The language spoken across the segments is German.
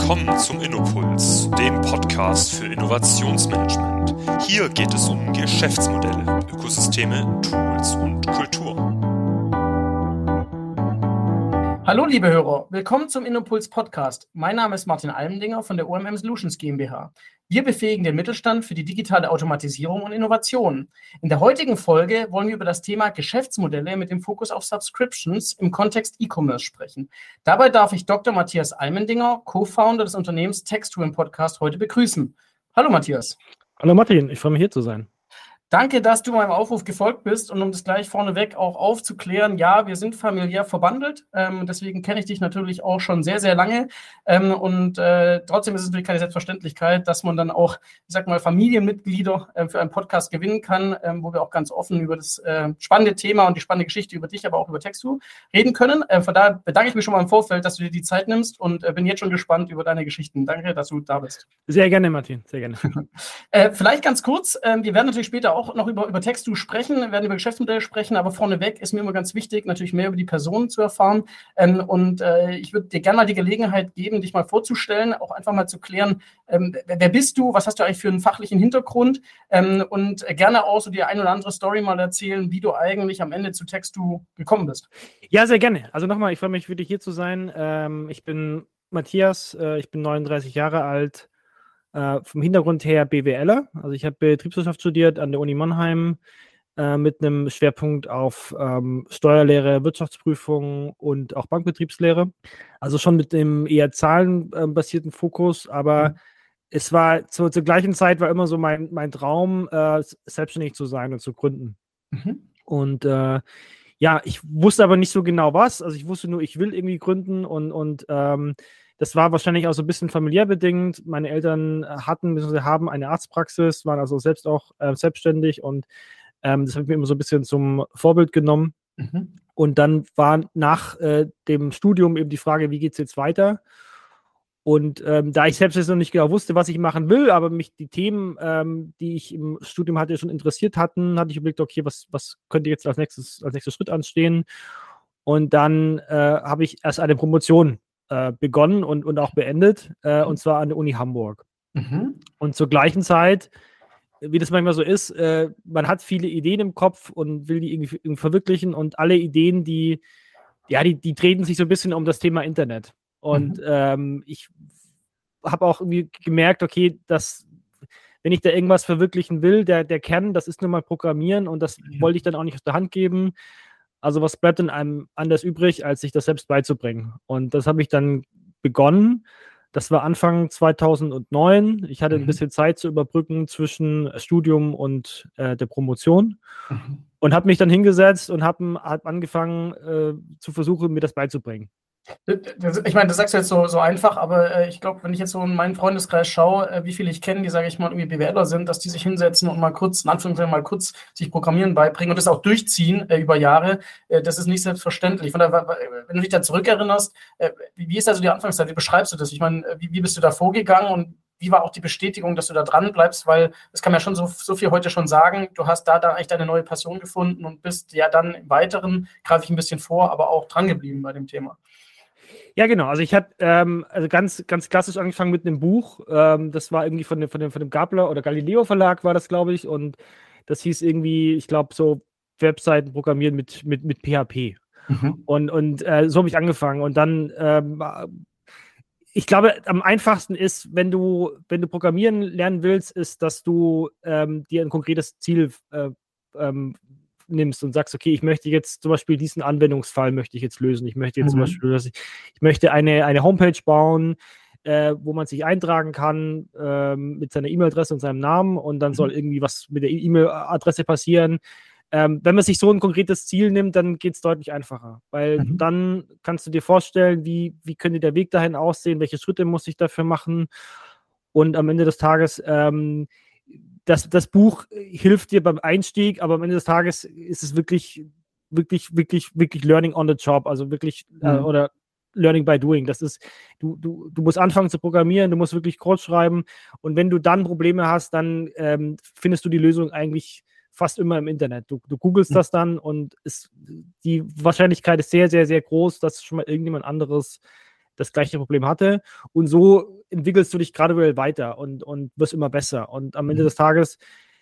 Willkommen zum Innopuls, dem Podcast für Innovationsmanagement. Hier geht es um Geschäftsmodelle, Ökosysteme, Tools und Kultur. Hallo liebe Hörer, willkommen zum Innopuls Podcast. Mein Name ist Martin Almendinger von der OMM Solutions GmbH. Wir befähigen den Mittelstand für die digitale Automatisierung und Innovation. In der heutigen Folge wollen wir über das Thema Geschäftsmodelle mit dem Fokus auf Subscriptions im Kontext E-Commerce sprechen. Dabei darf ich Dr. Matthias Almendinger, Co-Founder des Unternehmens Textu im Podcast, heute begrüßen. Hallo Matthias. Hallo Martin, ich freue mich hier zu sein. Danke, dass du meinem Aufruf gefolgt bist und um das gleich vorneweg auch aufzuklären, ja, wir sind familiär verbandelt, deswegen kenne ich dich natürlich auch schon sehr, sehr lange und trotzdem ist es natürlich keine Selbstverständlichkeit, dass man dann auch, ich sag mal, Familienmitglieder für einen Podcast gewinnen kann, wo wir auch ganz offen über das spannende Thema und die spannende Geschichte über dich, aber auch über Textu reden können. Von daher bedanke ich mich schon mal im Vorfeld, dass du dir die Zeit nimmst und bin jetzt schon gespannt über deine Geschichten. Danke, dass du da bist. Sehr gerne, Martin, sehr gerne. Vielleicht ganz kurz, wir werden natürlich später auch noch über Textu sprechen, wir werden über Geschäftsmodelle sprechen, aber vorneweg ist mir immer ganz wichtig, natürlich mehr über die Personen zu erfahren. Ich würde dir gerne mal die Gelegenheit geben, dich mal vorzustellen, auch einfach mal zu klären, wer bist du, was hast du eigentlich für einen fachlichen Hintergrund und gerne auch so die ein oder andere Story mal erzählen, wie du eigentlich am Ende zu Textu gekommen bist. Ja, sehr gerne. Also nochmal, ich freue mich wirklich hier zu sein. Ich bin Matthias, ich bin 39 Jahre alt. Vom Hintergrund her BWLer, also ich habe Betriebswirtschaft studiert an der Uni Mannheim mit einem Schwerpunkt auf Steuerlehre, Wirtschaftsprüfung und auch Bankbetriebslehre. Also schon mit dem eher zahlenbasierten Fokus, aber es war zur gleichen Zeit war immer so mein Traum, selbstständig zu sein und zu gründen. Und ja, ich wusste aber nicht so genau was, also ich wusste nur, ich will irgendwie gründen und das war wahrscheinlich auch so ein bisschen familiär bedingt. Meine Eltern haben eine Arztpraxis, waren also selbst auch selbstständig und das habe ich mir immer so ein bisschen zum Vorbild genommen. Und dann war nach dem Studium eben die Frage, wie geht es jetzt weiter? Und da ich selbst jetzt noch nicht genau wusste, was ich machen will, aber mich die Themen, die ich im Studium hatte, schon interessiert hatten, hatte ich überlegt, okay, was könnte jetzt als nächster Schritt anstehen? Und dann habe ich erst eine Promotion begonnen und auch beendet, und zwar an der Uni Hamburg. Und zur gleichen Zeit, wie das manchmal so ist, man hat viele Ideen im Kopf und will die irgendwie verwirklichen und alle Ideen, die treten sich so ein bisschen um das Thema Internet. Und ich habe auch irgendwie gemerkt, okay, dass wenn ich da irgendwas verwirklichen will, der Kern, das ist nur mal Programmieren und das wollte ich dann auch nicht aus der Hand geben. Also was bleibt denn einem anders übrig, als sich das selbst beizubringen? Und das habe ich dann begonnen. Das war Anfang 2009. Ich hatte ein bisschen Zeit zu überbrücken zwischen Studium und der Promotion und habe mich dann hingesetzt und habe angefangen zu versuchen, mir das beizubringen. Ich meine, das sagst du jetzt so einfach, aber ich glaube, wenn ich jetzt so in meinen Freundeskreis schaue, wie viele ich kenne, die, sage ich mal, irgendwie BWLer sind, dass die sich hinsetzen und mal kurz, in Anführungszeichen, mal kurz sich Programmieren beibringen und das auch durchziehen über Jahre, das ist nicht selbstverständlich. Von daher, wenn du dich da zurückerinnerst, wie ist also die Anfangszeit? Wie beschreibst du das? Ich meine, wie bist du da vorgegangen und wie war auch die Bestätigung, dass du da dran bleibst? Weil das kann man ja schon so viel heute schon sagen. Du hast da dann eigentlich deine neue Passion gefunden und bist ja dann im Weiteren, greife ich ein bisschen vor, aber auch dran geblieben bei dem Thema. Ja, genau. Also ich habe also ganz klassisch angefangen mit einem Buch. Das war irgendwie von dem Gabler oder Galileo Verlag war das, glaube ich. Und das hieß irgendwie, ich glaube, so Webseiten programmieren mit PHP. Und so habe ich angefangen. Und dann, ich glaube, am einfachsten ist, wenn du programmieren lernen willst, ist, dass du dir ein konkretes Ziel nimmst und sagst, okay, ich möchte jetzt zum Beispiel diesen Anwendungsfall möchte ich jetzt lösen. Ich möchte jetzt zum Beispiel, ich möchte eine Homepage bauen, wo man sich eintragen kann mit seiner E-Mail-Adresse und seinem Namen und dann soll irgendwie was mit der E-Mail-Adresse passieren. Wenn man sich so ein konkretes Ziel nimmt, dann geht es deutlich einfacher, weil dann kannst du dir vorstellen, wie könnte der Weg dahin aussehen, welche Schritte muss ich dafür machen und am Ende des Tages das Buch hilft dir beim Einstieg, aber am Ende des Tages ist es wirklich Learning on the Job, also wirklich oder Learning by Doing. Das ist, du musst anfangen zu programmieren, du musst wirklich Code schreiben und wenn du dann Probleme hast, dann findest du die Lösung eigentlich fast immer im Internet. Du googelst das dann und die Wahrscheinlichkeit ist sehr, sehr, sehr groß, dass schon mal irgendjemand anderes das gleiche Problem hatte. Und so entwickelst du dich graduell weiter und wirst immer besser. Und am Ende des Tages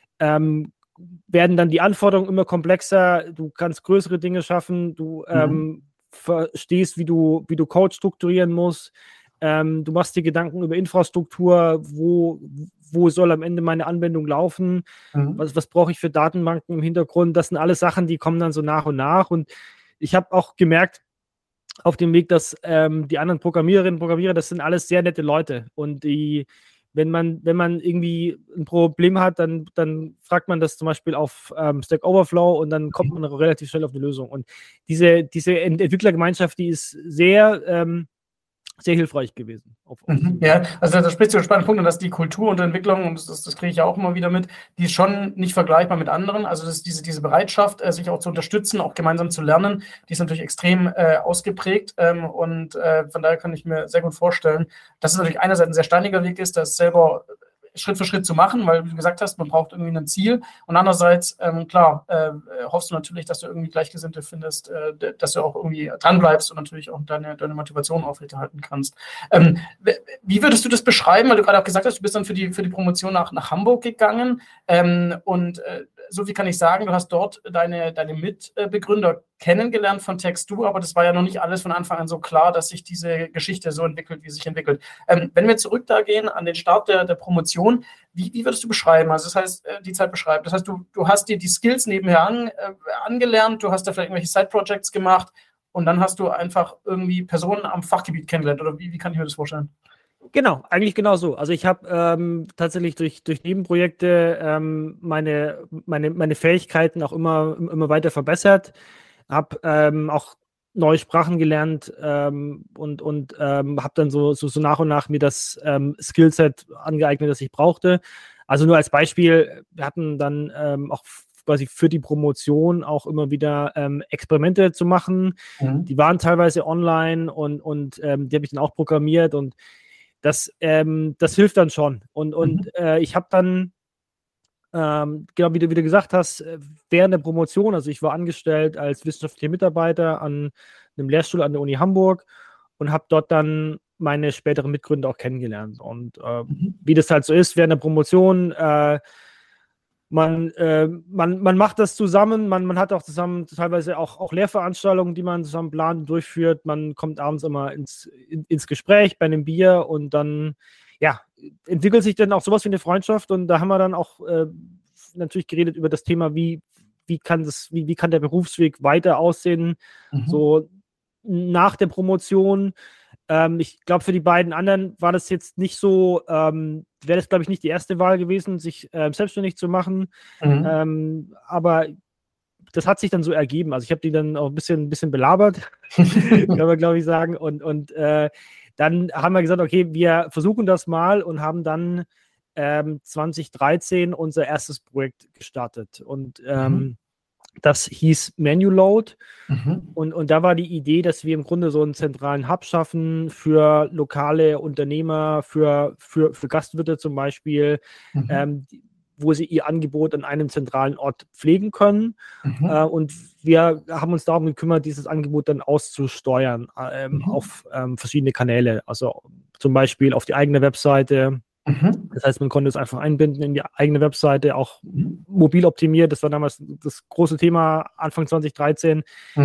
werden dann die Anforderungen immer komplexer. Du kannst größere Dinge schaffen. Du verstehst, wie du Code strukturieren musst. Du machst dir Gedanken über Infrastruktur, wo soll am Ende meine Anwendung laufen, was brauche ich für Datenbanken im Hintergrund. Das sind alles Sachen, die kommen dann so nach und nach. Und ich habe auch gemerkt auf dem Weg, dass die anderen Programmiererinnen und Programmierer, das sind alles sehr nette Leute. Und wenn man irgendwie ein Problem hat, dann fragt man das zum Beispiel auf Stack Overflow und dann kommt man relativ schnell auf eine Lösung. Und diese Entwicklergemeinschaft, die ist sehr hilfreich gewesen. Ja, also da sprichst du einen spannenden Punkt, und dass die Kultur und Entwicklung, und das kriege ich ja auch immer wieder mit, die ist schon nicht vergleichbar mit anderen. Also diese Bereitschaft, sich auch zu unterstützen, auch gemeinsam zu lernen, die ist natürlich extrem ausgeprägt. Und von daher kann ich mir sehr gut vorstellen, dass es natürlich einerseits ein sehr steiniger Weg ist, das selber Schritt für Schritt zu machen, weil, wie du gesagt hast, man braucht irgendwie ein Ziel. Und andererseits, klar, hoffst du natürlich, dass du irgendwie Gleichgesinnte findest, dass du auch irgendwie dranbleibst und natürlich auch deine Motivation aufrechterhalten kannst. Wie würdest du das beschreiben? Weil du gerade auch gesagt hast, du bist dann für die Promotion nach Hamburg gegangen. So viel kann ich sagen, du hast dort deine Mitbegründer kennengelernt von Text-Do, aber das war ja noch nicht alles von Anfang an so klar, dass sich diese Geschichte so entwickelt, wie sie sich entwickelt. Wenn wir zurück da gehen an den Start der Promotion, wie würdest du beschreiben? Also das heißt, die Zeit beschreiben. Das heißt, du hast dir die Skills nebenher angelernt, du hast da vielleicht irgendwelche Side-Projects gemacht und dann hast du einfach irgendwie Personen am Fachgebiet kennengelernt, oder wie kann ich mir das vorstellen? Genau, eigentlich genau so. Also ich habe tatsächlich durch Nebenprojekte meine Fähigkeiten auch immer weiter verbessert, habe auch neue Sprachen gelernt und habe dann so nach und nach mir das Skillset angeeignet, das ich brauchte. Also nur als Beispiel, wir hatten dann auch quasi für die Promotion auch immer wieder Experimente zu machen. Die waren teilweise online und die habe ich dann auch programmiert, und das hilft dann schon. Und ich habe dann, genau wie du gesagt hast, während der Promotion, also ich war angestellt als wissenschaftlicher Mitarbeiter an einem Lehrstuhl an der Uni Hamburg und habe dort dann meine späteren Mitgründer auch kennengelernt. Und wie das halt so ist während der Promotion, man macht das zusammen, man hat auch zusammen teilweise auch Lehrveranstaltungen, die man zusammen plant und durchführt. Man kommt abends immer ins Gespräch bei einem Bier, und dann entwickelt sich dann auch sowas wie eine Freundschaft. Und da haben wir dann auch natürlich geredet über das Thema, wie kann der Berufsweg weiter aussehen, so nach der Promotion. Ich glaube, für die beiden anderen war das jetzt nicht so, wäre das, glaube ich, nicht die erste Wahl gewesen, sich selbstständig zu machen. Aber das hat sich dann so ergeben. Also ich habe die dann auch ein bisschen belabert, kann man, glaube ich, sagen. Und dann haben wir gesagt, okay, wir versuchen das mal, und haben dann 2013 unser erstes Projekt gestartet. Und das hieß Menuluload. Und da war die Idee, dass wir im Grunde so einen zentralen Hub schaffen für lokale Unternehmer, für Gastwirte zum Beispiel, wo sie ihr Angebot an einem zentralen Ort pflegen können. Und wir haben uns darum gekümmert, dieses Angebot dann auszusteuern auf verschiedene Kanäle. Also zum Beispiel auf die eigene Webseite. Das heißt, man konnte es einfach einbinden in die eigene Webseite, auch mobil optimiert. Das war damals das große Thema Anfang 2013.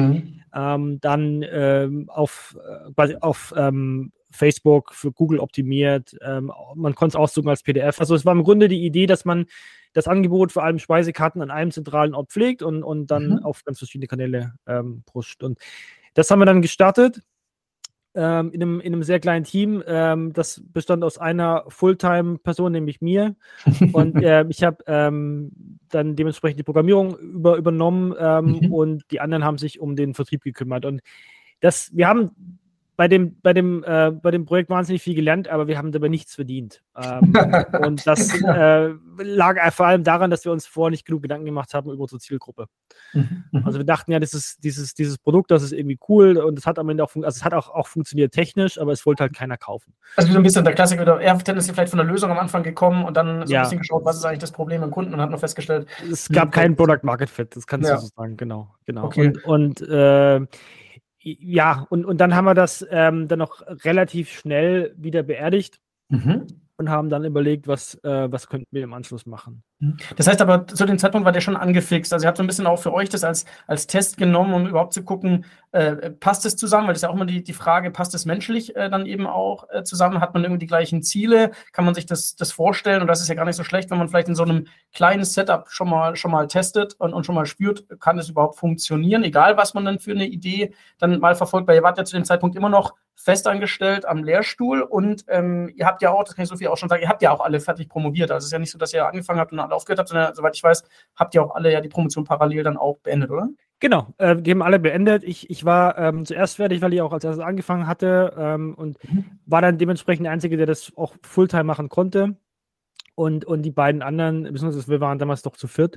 Dann auf Facebook für Google optimiert. Man konnte es ausdrucken als PDF. Also es war im Grunde die Idee, dass man das Angebot, vor allem Speisekarten, an einem zentralen Ort pflegt und dann auf ganz verschiedene Kanäle pusht. Und das haben wir dann gestartet. In einem sehr kleinen Team. Das bestand aus einer Fulltime-Person, nämlich mir. Und ich habe dann dementsprechend die Programmierung übernommen und die anderen haben sich um den Vertrieb gekümmert. Und wir haben bei dem Projekt wahnsinnig viel gelernt, aber wir haben dabei nichts verdient. Und das lag vor allem daran, dass wir uns vorher nicht genug Gedanken gemacht haben über unsere Zielgruppe. Also wir dachten ja, dieses Produkt, das ist irgendwie cool, und es hat am Ende auch funktioniert technisch, aber es wollte halt keiner kaufen. Also wie so ein bisschen der Klassiker, eher tendenziell vielleicht von der Lösung am Anfang gekommen und dann so ein bisschen geschaut, was ist eigentlich das Problem beim Kunden, und hat noch festgestellt, es gab keinen Product Market Fit, das kannst du so sagen, genau. Okay. Und Ja, und dann haben wir das dann noch relativ schnell wieder beerdigt und haben dann überlegt, was könnten wir im Anschluss machen. Das heißt aber, zu dem Zeitpunkt war der schon angefixt. Also ihr habt so ein bisschen auch für euch das als Test genommen, um überhaupt zu gucken, passt es zusammen? Weil das ist ja auch immer die Frage, passt es menschlich dann eben auch zusammen? Hat man irgendwie die gleichen Ziele? Kann man sich das vorstellen? Und das ist ja gar nicht so schlecht, wenn man vielleicht in so einem kleinen Setup schon mal testet und schon mal spürt, kann es überhaupt funktionieren? Egal, was man dann für eine Idee dann mal verfolgt. Weil ihr wart ja zu dem Zeitpunkt immer noch festangestellt am Lehrstuhl und ihr habt ja auch, das kann ich so viel auch schon sagen, ihr habt ja auch alle fertig promoviert. Also es ist ja nicht so, dass ihr angefangen habt und alle aufgehört habt, sondern soweit ich weiß, habt ihr auch alle ja die Promotion parallel dann auch beendet, oder? Genau, die haben alle beendet. Ich war zuerst fertig, weil ich auch als erstes angefangen hatte und war dann dementsprechend der Einzige, der das auch Fulltime machen konnte. Und die beiden anderen, beziehungsweise wir waren damals doch zu viert,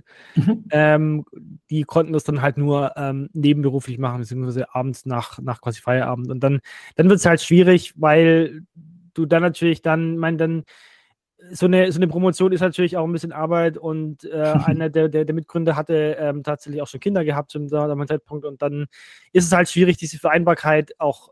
die konnten das dann halt nur nebenberuflich machen, beziehungsweise abends nach quasi Feierabend. Und dann wird es halt schwierig, weil du dann natürlich dann so eine Promotion ist natürlich auch ein bisschen Arbeit und einer der Mitgründer hatte tatsächlich auch schon Kinder gehabt zum damaligen Zeitpunkt und dann ist es halt schwierig, diese Vereinbarkeit auch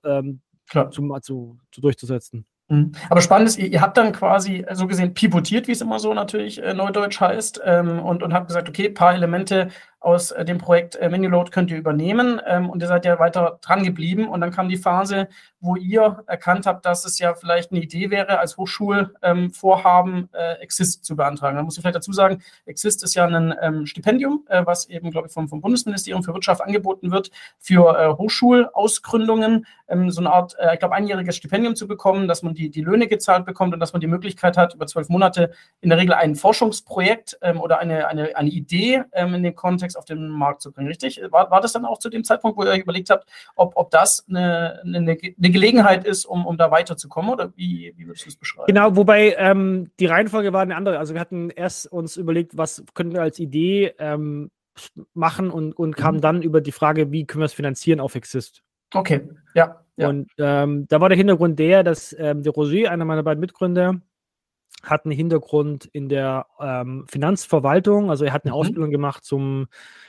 durchzusetzen. Aber spannend ist, ihr habt dann quasi so gesehen pivotiert, wie es immer so natürlich neudeutsch heißt, und habt gesagt, okay, ein paar Elemente aus dem Projekt Miniload könnt ihr übernehmen und ihr seid ja weiter dran geblieben und dann kam die Phase, wo ihr erkannt habt, dass es ja vielleicht eine Idee wäre, als Hochschulvorhaben Exist zu beantragen. Da muss ich vielleicht dazu sagen, Exist ist ja ein Stipendium, was eben, glaube ich, vom Bundesministerium für Wirtschaft angeboten wird, für Hochschulausgründungen, so eine Art, ich glaube, einjähriges Stipendium zu bekommen, dass man die Löhne gezahlt bekommt und dass man die Möglichkeit hat, über 12 Monate in der Regel ein Forschungsprojekt oder eine Idee in dem Kontext auf den Markt zu bringen, richtig? War das dann auch zu dem Zeitpunkt, wo ihr euch überlegt habt, ob das eine Gelegenheit ist, um da weiterzukommen, oder wie würdest du es beschreiben? Genau, wobei die Reihenfolge war eine andere. Also wir hatten erst uns überlegt, was können wir als Idee machen und kamen dann über die Frage, wie können wir es finanzieren auf Exist. Okay, ja. Und da war der Hintergrund dass der Roger, einer meiner beiden Mitgründer, hat einen Hintergrund in der Finanzverwaltung. Also er hat eine Ausbildung gemacht zum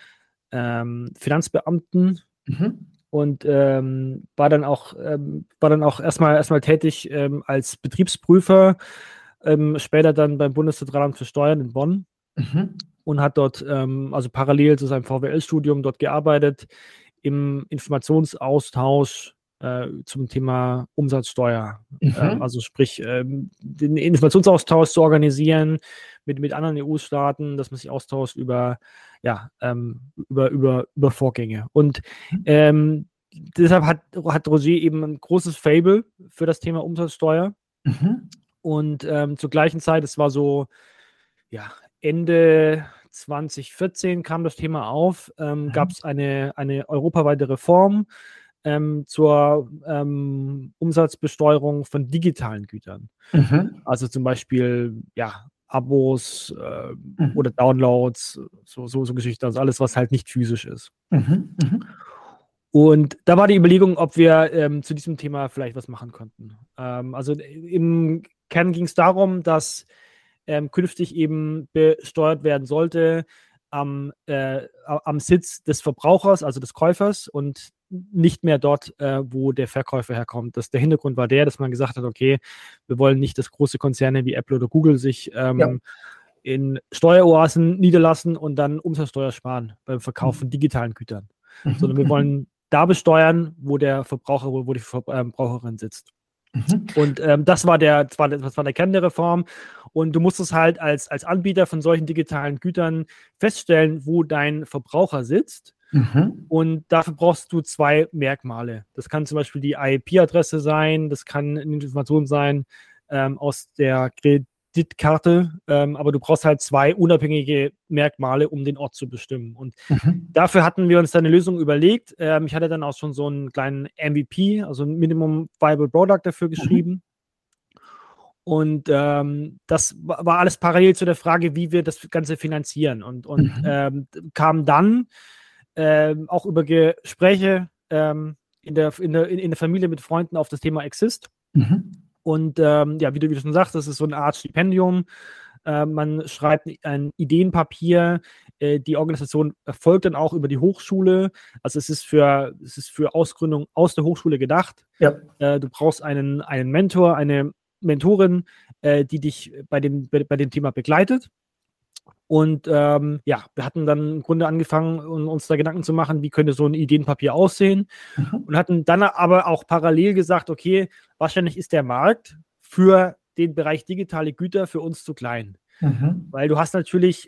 Finanzbeamten und war dann auch erstmal tätig als Betriebsprüfer, später dann beim Bundeszentralamt für Steuern in Bonn und hat dort also parallel zu seinem VWL-Studium dort gearbeitet im Informationsaustausch zum Thema Umsatzsteuer. Also sprich, den Informationsaustausch zu organisieren mit anderen EU-Staaten, dass man sich austauscht über Vorgänge. Und deshalb hat Roger eben ein großes Faible für das Thema Umsatzsteuer. Und zur gleichen Zeit, es war so Ende 2014 kam das Thema auf, gab es eine europaweite Reform zur Umsatzbesteuerung von digitalen Gütern. Also zum Beispiel Abos oder Downloads, so Geschichten, also alles, was halt nicht physisch ist. Und da war die Überlegung, ob wir zu diesem Thema vielleicht was machen könnten. Also im Kern ging es darum, dass künftig eben besteuert werden sollte am Sitz des Verbrauchers, also des Käufers und nicht mehr dort, wo der Verkäufer herkommt. Der Hintergrund war dass man gesagt hat, okay, wir wollen nicht, dass große Konzerne wie Apple oder Google sich in Steueroasen niederlassen und dann Umsatzsteuer sparen beim Verkauf von digitalen Gütern. Sondern wir wollen da besteuern, wo der Verbraucher, wo die Verbraucherin sitzt. Und das war der Kern der Reform. Und du musst es halt als Anbieter von solchen digitalen Gütern feststellen, wo dein Verbraucher sitzt. Und dafür brauchst du 2 Merkmale. Das kann zum Beispiel die IP-Adresse sein, das kann eine Information sein aus der Kreditkarte, aber du brauchst halt 2 unabhängige Merkmale, um den Ort zu bestimmen. Und dafür hatten wir uns dann eine Lösung überlegt. Ich hatte dann auch schon so einen kleinen MVP, also ein Minimum Viable Product dafür geschrieben. Und das war alles parallel zu der Frage, wie wir das Ganze finanzieren. Und kam dann auch über Gespräche in der Familie mit Freunden auf das Thema Exist. Und wie du schon sagst, das ist so eine Art Stipendium, Man schreibt ein Ideenpapier. Die Organisation erfolgt dann auch über die Hochschule. Also es ist für Ausgründung aus der Hochschule gedacht. Ja. Du brauchst einen Mentor, eine Mentorin, die dich bei dem Thema begleitet. Und wir hatten dann im Grunde angefangen, uns da Gedanken zu machen, wie könnte so ein Ideenpapier aussehen. Und hatten dann aber auch parallel gesagt, okay, wahrscheinlich ist der Markt für den Bereich digitale Güter für uns zu klein. Weil du hast natürlich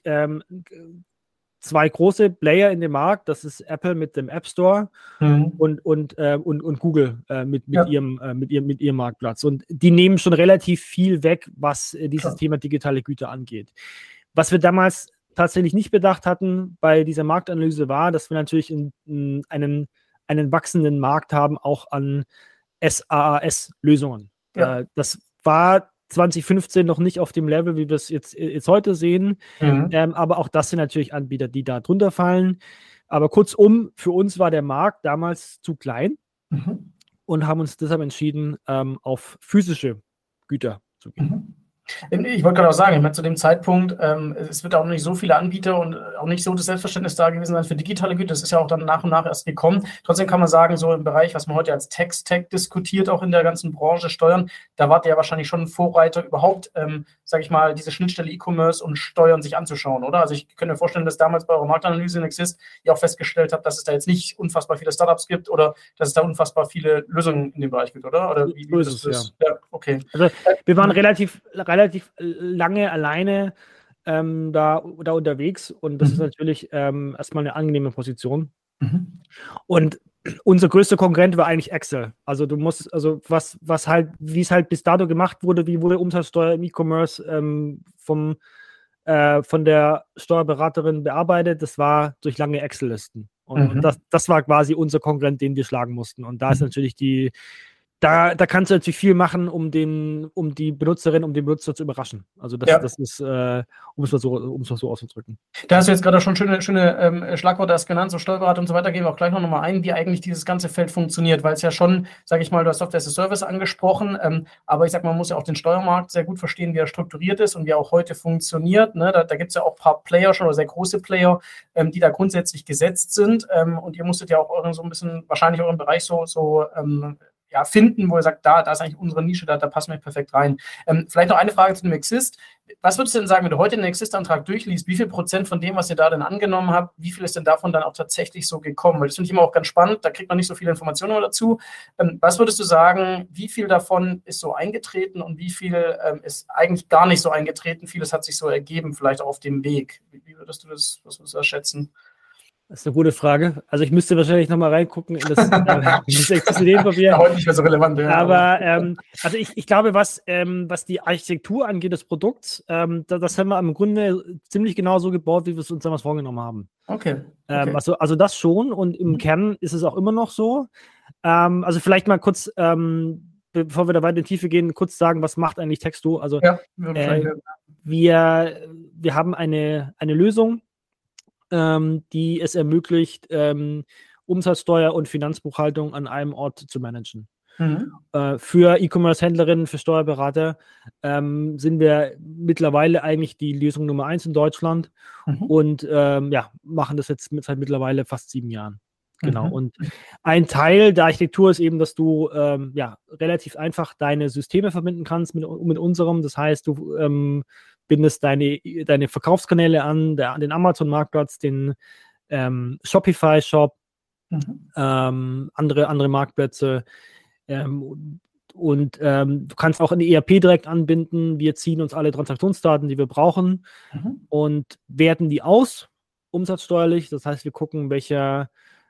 zwei große Player in dem Markt, das ist Apple mit dem App Store und Google mit ihrem Marktplatz. Und die nehmen schon relativ viel weg, was dieses Thema digitale Güter angeht. Was wir damals tatsächlich nicht bedacht hatten bei dieser Marktanalyse war, dass wir natürlich einen wachsenden Markt haben, auch an SaaS-Lösungen. Ja. Das war 2015 noch nicht auf dem Level, wie wir es jetzt heute sehen. Aber auch das sind natürlich Anbieter, die da drunter fallen. Aber kurzum, für uns war der Markt damals zu klein und haben uns deshalb entschieden, auf physische Güter zu gehen. Ich wollte gerade auch sagen, ich meine, zu dem Zeitpunkt, es wird auch nicht so viele Anbieter und auch nicht so das Selbstverständnis da gewesen sein für digitale Güter. Das ist ja auch dann nach und nach erst gekommen. Trotzdem kann man sagen, so im Bereich, was man heute als Tech-Stack diskutiert, auch in der ganzen Branche Steuern, da wart ihr ja wahrscheinlich schon ein Vorreiter überhaupt, sage ich mal, diese Schnittstelle E-Commerce und Steuern sich anzuschauen, oder? Also ich könnte mir vorstellen, dass damals bei eurer Marktanalyse in Exist ihr auch festgestellt habt, dass es da jetzt nicht unfassbar viele Startups gibt oder dass es da unfassbar viele Lösungen in dem Bereich gibt, oder? Oder wie ist es? Ja, okay. Also wir waren relativ lange alleine da unterwegs und das ist natürlich erstmal eine angenehme Position. Und unser größter Konkurrent war eigentlich Excel. Also wie es halt bis dato gemacht wurde, wie wurde Umsatzsteuer im E-Commerce von der Steuerberaterin bearbeitet, das war durch lange Excel-Listen. Und das war quasi unser Konkurrent, den wir schlagen mussten. Und da ist natürlich da kannst du natürlich viel machen, um die Benutzerin, um den Benutzer zu überraschen. Also das ist, um es mal so auszudrücken. Da hast du jetzt gerade schon schöne Schlagworte erst genannt, so Steuerberater und so weiter, gehen wir auch gleich noch mal ein, wie eigentlich dieses ganze Feld funktioniert, weil es ja schon, sage ich mal, du hast Software as a Service angesprochen, aber ich sag mal, man muss ja auch den Steuermarkt sehr gut verstehen, wie er strukturiert ist und wie er auch heute funktioniert. Ne? Da gibt es ja auch ein paar Player schon, oder sehr große Player, die da grundsätzlich gesetzt sind und ihr musstet ja auch so ein bisschen, wahrscheinlich euren Bereich so finden, wo ihr sagt, da ist eigentlich unsere Nische, da passen wir perfekt rein. Vielleicht noch eine Frage zu dem Exist. Was würdest du denn sagen, wenn du heute den Exist-Antrag durchliest, wie viel Prozent von dem, was ihr da denn angenommen habt, wie viel ist denn davon dann auch tatsächlich so gekommen? Weil das finde ich immer auch ganz spannend, da kriegt man nicht so viele Informationen dazu. Was würdest du sagen, wie viel davon ist so eingetreten und wie viel ist eigentlich gar nicht so eingetreten? Vieles hat sich so ergeben, vielleicht auch auf dem Weg. Wie würdest du das schätzen? Das ist eine gute Frage. Also ich müsste wahrscheinlich nochmal reingucken in das Exist-Ideenpapier. Ja, heute nicht mehr so relevant. Ja. Aber also ich glaube, was die Architektur angeht des Produkts, das haben wir im Grunde ziemlich genau so gebaut, wie wir es uns damals vorgenommen haben. Okay. Also das schon und im Kern ist es auch immer noch so. Also vielleicht mal kurz, bevor wir da weiter in die Tiefe gehen, kurz sagen, was macht eigentlich Texto? Also wir haben eine Lösung, die es ermöglicht, Umsatzsteuer und Finanzbuchhaltung an einem Ort zu managen. Für E-Commerce-Händlerinnen, für Steuerberater sind wir mittlerweile eigentlich die Lösung Nummer 1 in Deutschland und machen das jetzt seit mittlerweile fast 7 Jahren. Genau. Und ein Teil der Architektur ist eben, dass du relativ einfach deine Systeme verbinden kannst mit unserem. Das heißt, du bindest deine Verkaufskanäle an, den Amazon-Marktplatz, den Shopify-Shop, andere Marktplätze. Du kannst auch eine ERP direkt anbinden. Wir ziehen uns alle Transaktionsdaten, die wir brauchen und werten die aus, umsatzsteuerlich. Das heißt, wir gucken, welcher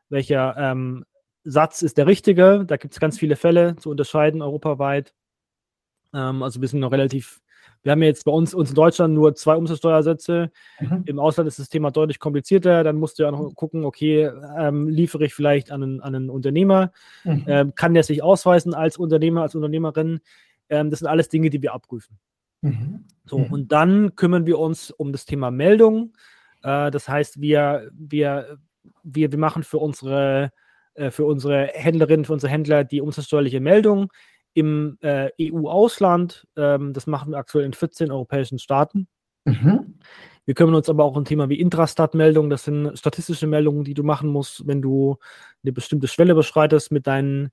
Satz ist der richtige. Da gibt es ganz viele Fälle zu unterscheiden, europaweit. Also wir sind noch wir haben jetzt bei uns in Deutschland nur 2 Umsatzsteuersätze. Im Ausland ist das Thema deutlich komplizierter. Dann musst du ja noch gucken, okay, liefere ich vielleicht an einen Unternehmer? Kann der sich ausweisen als Unternehmer, als Unternehmerin? Das sind alles Dinge, die wir abprüfen. Und dann kümmern wir uns um das Thema Meldung. Das heißt, wir machen für unsere Händlerinnen, für unsere Händler die umsatzsteuerliche Meldung im EU-Ausland. Das machen wir aktuell in 14 europäischen Staaten. Mhm. Wir kümmern uns aber auch um Thema wie Intrastat-Meldungen. Das sind statistische Meldungen, die du machen musst, wenn du eine bestimmte Schwelle überschreitest mit deinen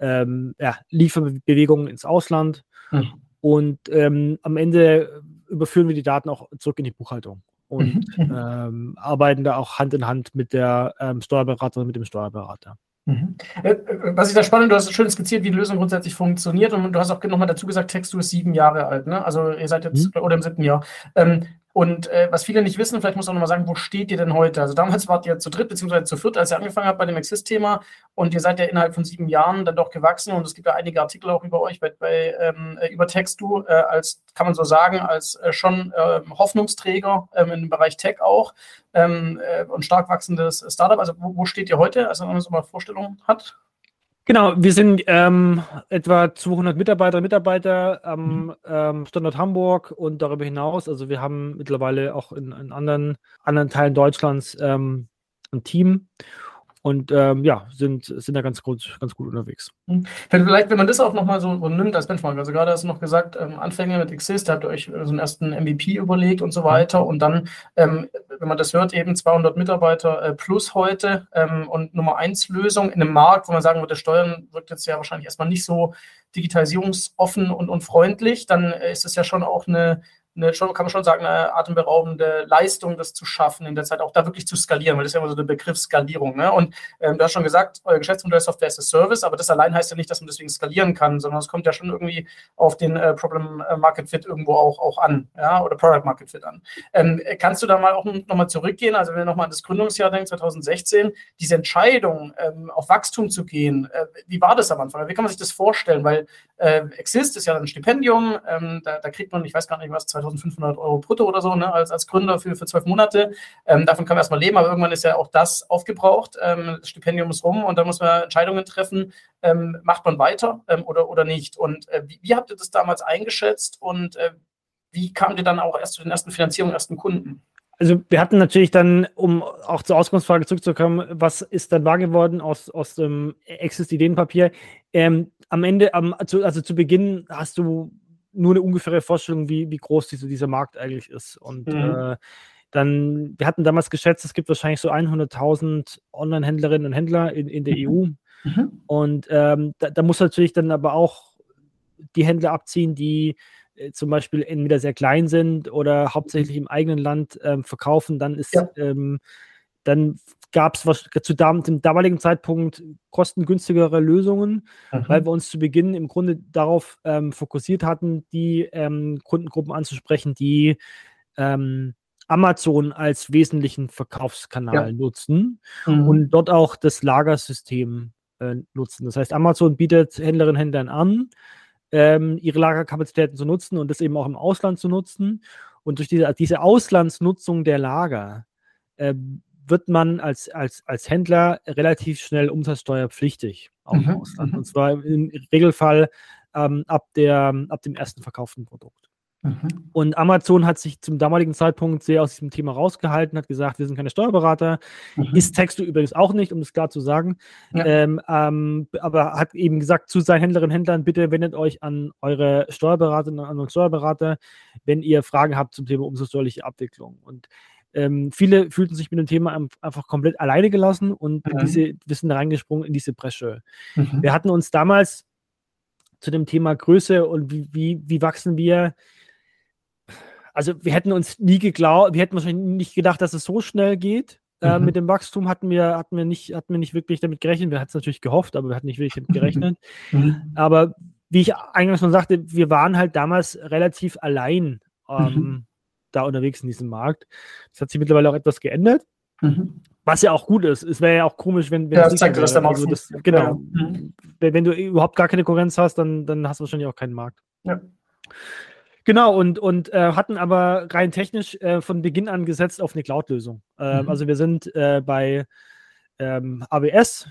Lieferbewegungen ins Ausland. Mhm. Und am Ende überführen wir die Daten auch zurück in die Buchhaltung und arbeiten da auch Hand in Hand mit der Steuerberaterin, mit dem Steuerberater. Mhm. Was ich da spannend, du hast schön skizziert, wie die Lösung grundsätzlich funktioniert, und du hast auch nochmal dazu gesagt, Textu ist 7 Jahre alt, ne? Also ihr seid jetzt oder im 7. Jahr. Und was viele nicht wissen, vielleicht muss ich auch nochmal sagen, wo steht ihr denn heute? Also damals wart ihr zu dritt beziehungsweise zu viert, als ihr angefangen habt bei dem Exist-Thema, und ihr seid ja innerhalb von 7 Jahren dann doch gewachsen, und es gibt ja einige Artikel auch über euch über Textu, als, kann man so sagen, als schon Hoffnungsträger im Bereich Tech auch, und stark wachsendes Startup. Also wo steht ihr heute, also wenn man so mal Vorstellungen hat? Genau, wir sind etwa 200 Mitarbeiter am Standort Hamburg und darüber hinaus. Also wir haben mittlerweile auch in anderen Teilen Deutschlands ein Team und sind da ganz gut unterwegs. Vielleicht, wenn man das auch nochmal so nimmt als Benchmark, also gerade hast du noch gesagt, Anfänge mit Exist, da habt ihr euch so einen ersten MVP überlegt und so weiter, und dann, wenn man das hört, eben 200 Mitarbeiter plus heute und Nummer 1 Lösung in einem Markt, wo man sagen würde, Steuern wirkt jetzt ja wahrscheinlich erstmal nicht so digitalisierungsoffen und freundlich, dann ist es ja schon auch kann man schon sagen, eine atemberaubende Leistung, das zu schaffen, in der Zeit auch da wirklich zu skalieren, weil das ist ja immer so der Begriff Skalierung. Ne? Und du hast schon gesagt, euer Geschäftsmodell ist Software as a Service, aber das allein heißt ja nicht, dass man deswegen skalieren kann, sondern es kommt ja schon irgendwie auf den Problem Market Fit irgendwo auch an, ja, oder Product Market Fit an. Kannst du da mal auch nochmal zurückgehen, also wenn du nochmal an das Gründungsjahr denkst, 2016, diese Entscheidung, auf Wachstum zu gehen, wie war das am Anfang? Wie kann man sich das vorstellen? Weil Exist ist ja ein Stipendium, da kriegt man, ich weiß gar nicht was, 2.500 € brutto oder so, ne, als Gründer für 12 Monate. Davon kann man erstmal leben, aber irgendwann ist ja auch das aufgebraucht. Das Stipendium ist rum und da muss man Entscheidungen treffen. Macht man weiter oder nicht? Und wie habt ihr das damals eingeschätzt und wie kamt ihr dann auch erst zu den ersten Finanzierungen, ersten Kunden? Also wir hatten natürlich dann, um auch zur Ausgangsfrage zurückzukommen, was ist dann wahr geworden aus dem Exist-Ideenpapier? Am Ende, also zu Beginn hast du nur eine ungefähre Vorstellung, wie groß dieser Markt eigentlich ist. Und wir hatten damals geschätzt, es gibt wahrscheinlich so 100.000 Online-Händlerinnen und Händler in der EU. Und da muss natürlich dann aber auch die Händler abziehen, die zum Beispiel entweder sehr klein sind oder hauptsächlich im eigenen Land verkaufen. Dann gab es zum damaligen Zeitpunkt kostengünstigere Lösungen, weil wir uns zu Beginn im Grunde darauf fokussiert hatten, die Kundengruppen anzusprechen, die Amazon als wesentlichen Verkaufskanal nutzen und dort auch das Lagersystem nutzen. Das heißt, Amazon bietet Händlerinnen und Händlern an, ihre Lagerkapazitäten zu nutzen und das eben auch im Ausland zu nutzen. Und durch diese Auslandsnutzung der Lager wird man als Händler relativ schnell umsatzsteuerpflichtig auch im Ausland. Und zwar im Regelfall ab dem ersten verkauften Produkt. Und Amazon hat sich zum damaligen Zeitpunkt sehr aus diesem Thema rausgehalten, hat gesagt, wir sind keine Steuerberater. Ist Textu übrigens auch nicht, um das klar zu sagen. Aber hat eben gesagt zu seinen Händlerinnen und Händlern, bitte wendet euch an eure Steuerberaterinnen und an eure Steuerberater, wenn ihr Fragen habt zum Thema umsatzsteuerliche Abwicklung. Und viele fühlten sich mit dem Thema einfach komplett alleine gelassen und wir sind da reingesprungen in diese Bresche. Wir hatten uns damals zu dem Thema Größe und wie wachsen wir. Also wir hätten uns nie geglaubt, wir hätten wahrscheinlich nicht gedacht, dass es so schnell geht. Mit dem Wachstum hatten wir nicht wirklich damit gerechnet. Wir hatten es natürlich gehofft, aber wir hatten nicht wirklich damit gerechnet. Aber wie ich eingangs schon sagte, wir waren halt damals relativ allein da unterwegs in diesem Markt. Das hat sich mittlerweile auch etwas geändert. Was ja auch gut ist. Es wäre ja auch komisch, wenn das zeigt, dass der Markt genau. Wenn du überhaupt gar keine Konkurrenz hast, dann hast du wahrscheinlich auch keinen Markt. Ja. Genau, und hatten aber rein technisch von Beginn an gesetzt auf eine Cloud-Lösung. Also wir sind bei AWS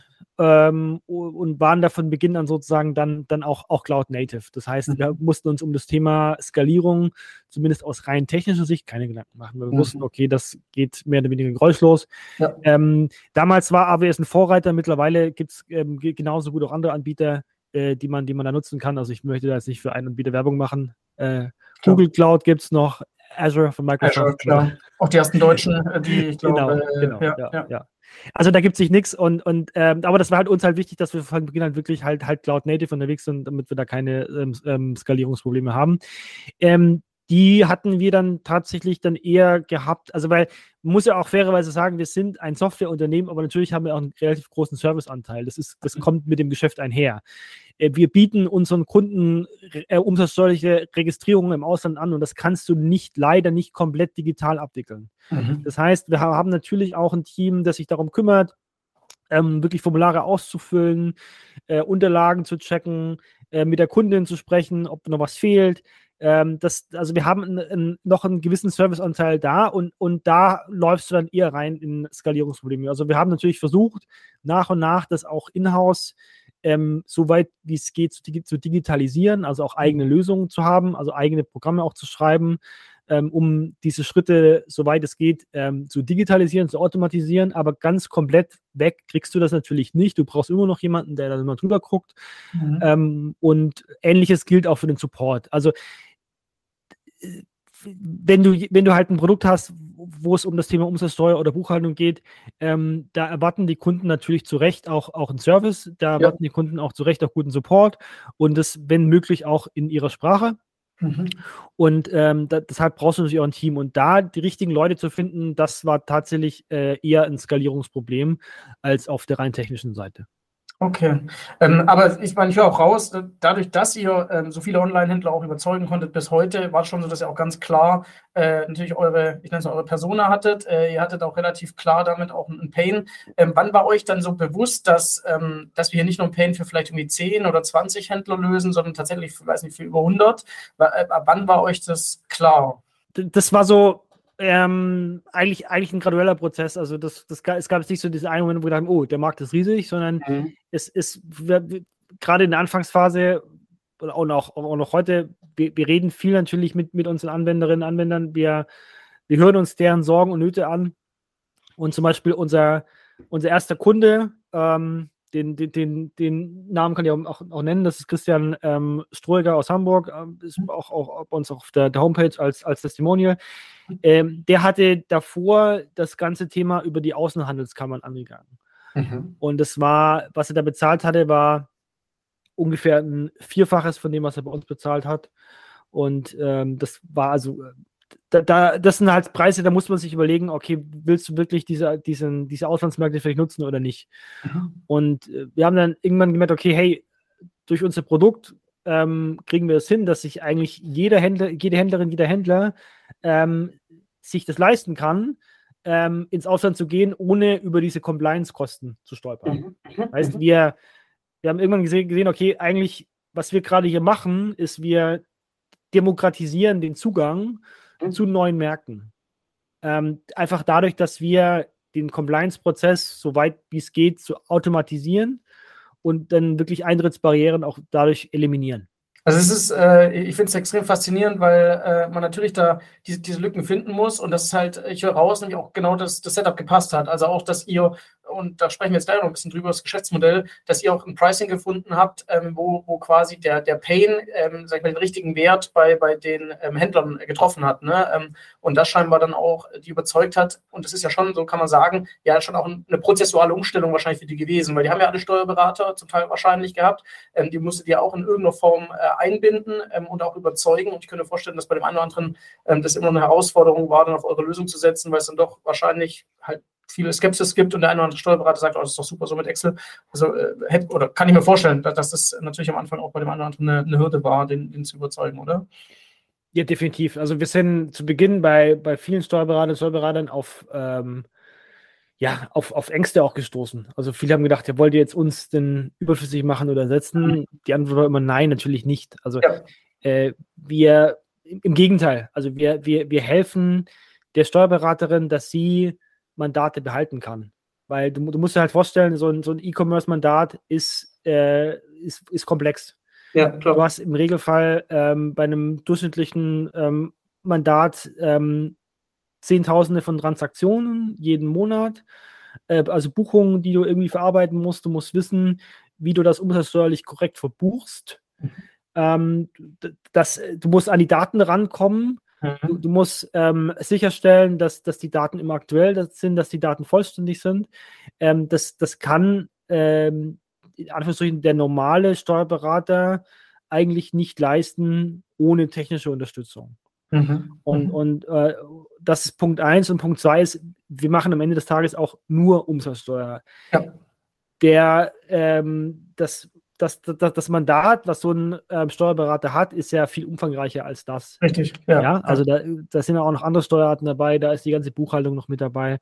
und waren da von Beginn an sozusagen dann auch Cloud-Native. Das heißt, wir mussten uns um das Thema Skalierung, zumindest aus rein technischer Sicht, keine Gedanken machen. Wir wussten, okay, das geht mehr oder weniger geräuschlos. Ja. Damals war AWS ein Vorreiter, mittlerweile gibt es genauso gut auch andere Anbieter, die man da nutzen kann. Also ich möchte da jetzt nicht für einen Anbieter Werbung machen. Google Cloud gibt es noch, Azure von Microsoft. Azure, klar. Auch die ersten Deutschen, die, ich glaube, genau, ja. Also da gibt sich nichts aber das war halt uns halt wichtig, dass wir von Beginn an wirklich halt Cloud-Native unterwegs sind, damit wir da keine Skalierungsprobleme haben. Die hatten wir dann tatsächlich dann eher gehabt, also weil, man muss ja auch fairerweise sagen, wir sind ein Softwareunternehmen, aber natürlich haben wir auch einen relativ großen Serviceanteil. Das kommt mit dem Geschäft einher. Wir bieten unseren Kunden umsatzsteuerliche Registrierungen im Ausland an und das kannst du leider nicht komplett digital abwickeln. Das heißt, wir haben natürlich auch ein Team, das sich darum kümmert, wirklich Formulare auszufüllen, Unterlagen zu checken, mit der Kundin zu sprechen, ob noch was fehlt. Also wir haben noch einen gewissen Serviceanteil da und da läufst du dann eher rein in Skalierungsprobleme. Also wir haben natürlich versucht, nach und nach das auch in-house so weit wie es geht zu digitalisieren, also auch eigene Lösungen zu haben, also eigene Programme auch zu schreiben, um diese Schritte, soweit es geht, zu digitalisieren, zu automatisieren, aber ganz komplett weg kriegst du das natürlich nicht. Du brauchst immer noch jemanden, der da mal drüber guckt. Und Ähnliches gilt auch für den Support. Also wenn du halt ein Produkt hast, wo es um das Thema Umsatzsteuer oder Buchhaltung geht, da erwarten die Kunden natürlich zu Recht auch einen Service, da erwarten die Kunden auch zu Recht auch guten Support und das, wenn möglich, auch in ihrer Sprache. Und deshalb brauchst du natürlich auch ein Team. Und da die richtigen Leute zu finden, das war tatsächlich eher ein Skalierungsproblem als auf der rein technischen Seite. Okay, aber ich meine, ich höre auch raus, dadurch, dass ihr so viele Online-Händler auch überzeugen konntet bis heute, war es schon so, dass ihr auch ganz klar natürlich ich nenne es eure Persona hattet. Ihr hattet auch relativ klar damit auch einen Pain. Wann war euch dann so bewusst, dass wir hier nicht nur einen Pain für vielleicht irgendwie 10 oder 20 Händler lösen, sondern tatsächlich, ich weiß nicht, für über 100? Wann war euch das klar? Das war so eigentlich ein gradueller Prozess. Also es gab jetzt nicht so diesen einen Moment, wo wir dachten, oh, der Markt ist riesig, sondern es ist gerade in der Anfangsphase und auch noch heute, wir reden viel natürlich mit unseren Anwenderinnen und Anwendern, wir hören uns deren Sorgen und Nöte an und zum Beispiel unser erster Kunde, den Namen kann ich auch nennen, das ist Christian Stroeger aus Hamburg, ist auch bei uns auf der Homepage als Testimonial. Der hatte davor das ganze Thema über die Außenhandelskammern angegangen. Und das war, was er da bezahlt hatte, war ungefähr ein Vierfaches von dem, was er bei uns bezahlt hat. Und das war also, das sind halt Preise, da muss man sich überlegen, okay, willst du wirklich diese Auslandsmärkte vielleicht nutzen oder nicht? Und wir haben dann irgendwann gemerkt, okay, hey, durch unser Produkt kriegen wir es hin, dass sich eigentlich jede Händlerin, jeder Händler sich das leisten kann, ins Ausland zu gehen, ohne über diese Compliance-Kosten zu stolpern. Heißt, wir haben irgendwann gesehen, okay, eigentlich, was wir gerade hier machen, ist, wir demokratisieren den Zugang zu neuen Märkten. Einfach dadurch, dass wir den Compliance-Prozess, so weit wie es geht, zu automatisieren und dann wirklich Eintrittsbarrieren auch dadurch eliminieren. Also es ist, ich finde es extrem faszinierend, weil man natürlich da diese Lücken finden muss und das ist halt, ich höre raus, nämlich auch genau das Setup gepasst hat. Also auch, dass ihr, und da sprechen wir jetzt gleich noch ein bisschen drüber, das Geschäftsmodell, dass ihr auch ein Pricing gefunden habt, wo quasi der Pain, sag ich mal, den richtigen Wert bei den Händlern getroffen hat. Ne? Und das scheinbar dann auch die überzeugt hat. Und das ist ja schon, so kann man sagen, ja schon auch eine prozessuale Umstellung wahrscheinlich für die gewesen, weil die haben ja alle Steuerberater zum Teil wahrscheinlich gehabt. Die musstet ihr auch in irgendeiner Form einbinden und auch überzeugen. Und ich könnte mir vorstellen, dass bei dem einen oder anderen das immer eine Herausforderung war, dann auf eure Lösung zu setzen, weil es dann doch wahrscheinlich halt viele Skepsis gibt und der eine oder andere Steuerberater sagt, oh, das ist doch super so mit Excel. Also oder kann ich mir vorstellen, dass das natürlich am Anfang auch bei dem einen oder anderen eine Hürde war, den zu überzeugen, oder? Ja, definitiv. Also wir sind zu Beginn bei vielen Steuerberatern auf Ängste auch gestoßen. Also viele haben gedacht, ja, wollt ihr jetzt uns denn überflüssig machen oder ersetzen? Die Antwort war immer nein, natürlich nicht. Also wir, im Gegenteil, also wir helfen der Steuerberaterin, dass sie Mandate behalten kann. Weil du musst dir halt vorstellen, so ein E-Commerce-Mandat ist komplex. Ja, klar. Du hast im Regelfall bei einem durchschnittlichen Mandat Zehntausende von Transaktionen jeden Monat, also Buchungen, die du irgendwie verarbeiten musst. Du musst wissen, wie du das umsatzsteuerlich korrekt verbuchst. Du musst an die Daten rankommen. Du musst sicherstellen, dass die Daten immer aktuell sind, dass die Daten vollständig sind. Das kann in Anführungsstrichen der normale Steuerberater eigentlich nicht leisten ohne technische Unterstützung. Und das ist Punkt 1. Und Punkt 2 ist, wir machen am Ende des Tages auch nur Umsatzsteuer. Ja. Das Mandat, was so ein Steuerberater hat, ist ja viel umfangreicher als das. Richtig, ja. Also da sind ja auch noch andere Steuerarten dabei, da ist die ganze Buchhaltung noch mit dabei,